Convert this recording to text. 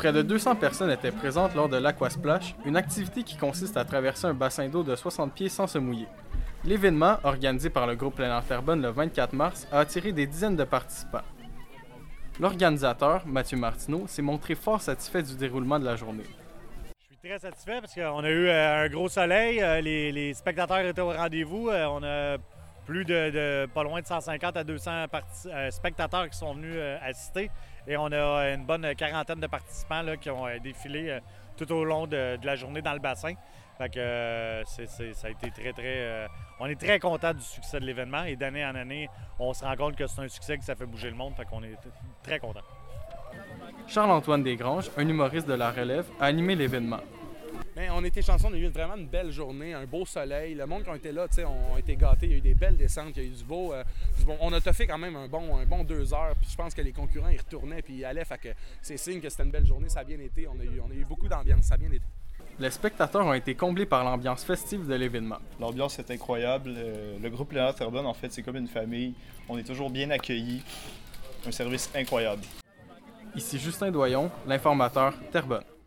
Près de 200 personnes étaient présentes lors de l'Aquasplash, une activité qui consiste à traverser un bassin d'eau de 60 pieds sans se mouiller. L'événement, organisé par le groupe Plein Air Terrebonne le 24 mars, a attiré des dizaines de participants. L'organisateur, Mathieu Martineau, s'est montré fort satisfait du déroulement de la journée. Je suis très satisfait parce qu'on a eu un gros soleil, les spectateurs étaient au rendez-vous, on a plus de pas loin de 150 à 200 spectateurs qui sont venus assister et on a une bonne quarantaine de participants là, qui ont défilé tout au long de la journée dans le bassin. Fait que ça a été très on est très contents du succès de l'événement et d'année en année, on se rend compte que c'est un succès que ça fait bouger le monde. Fait qu'on est très contents. Charles-Antoine Desgranges, un humoriste de la relève, a animé l'événement. Bien, on était chanceux, on a eu vraiment une belle journée, un beau soleil. Le monde qui a été là, on a été gâtés. Il y a eu des belles descentes, il y a eu du beau. On a toffé quand même un bon 2 heures. Puis je pense que les concurrents ils retournaient puis ils allaient. Fait que c'est signe que c'était une belle journée, ça a bien été. On a eu beaucoup d'ambiance, ça a bien été. Les spectateurs ont été comblés par l'ambiance festive de l'événement. L'ambiance est incroyable. Le groupe Plein Air Terrebonne, en fait, c'est comme une famille. On est toujours bien accueillis. Un service incroyable. Ici Justin Doyon, l'informateur Terrebonne.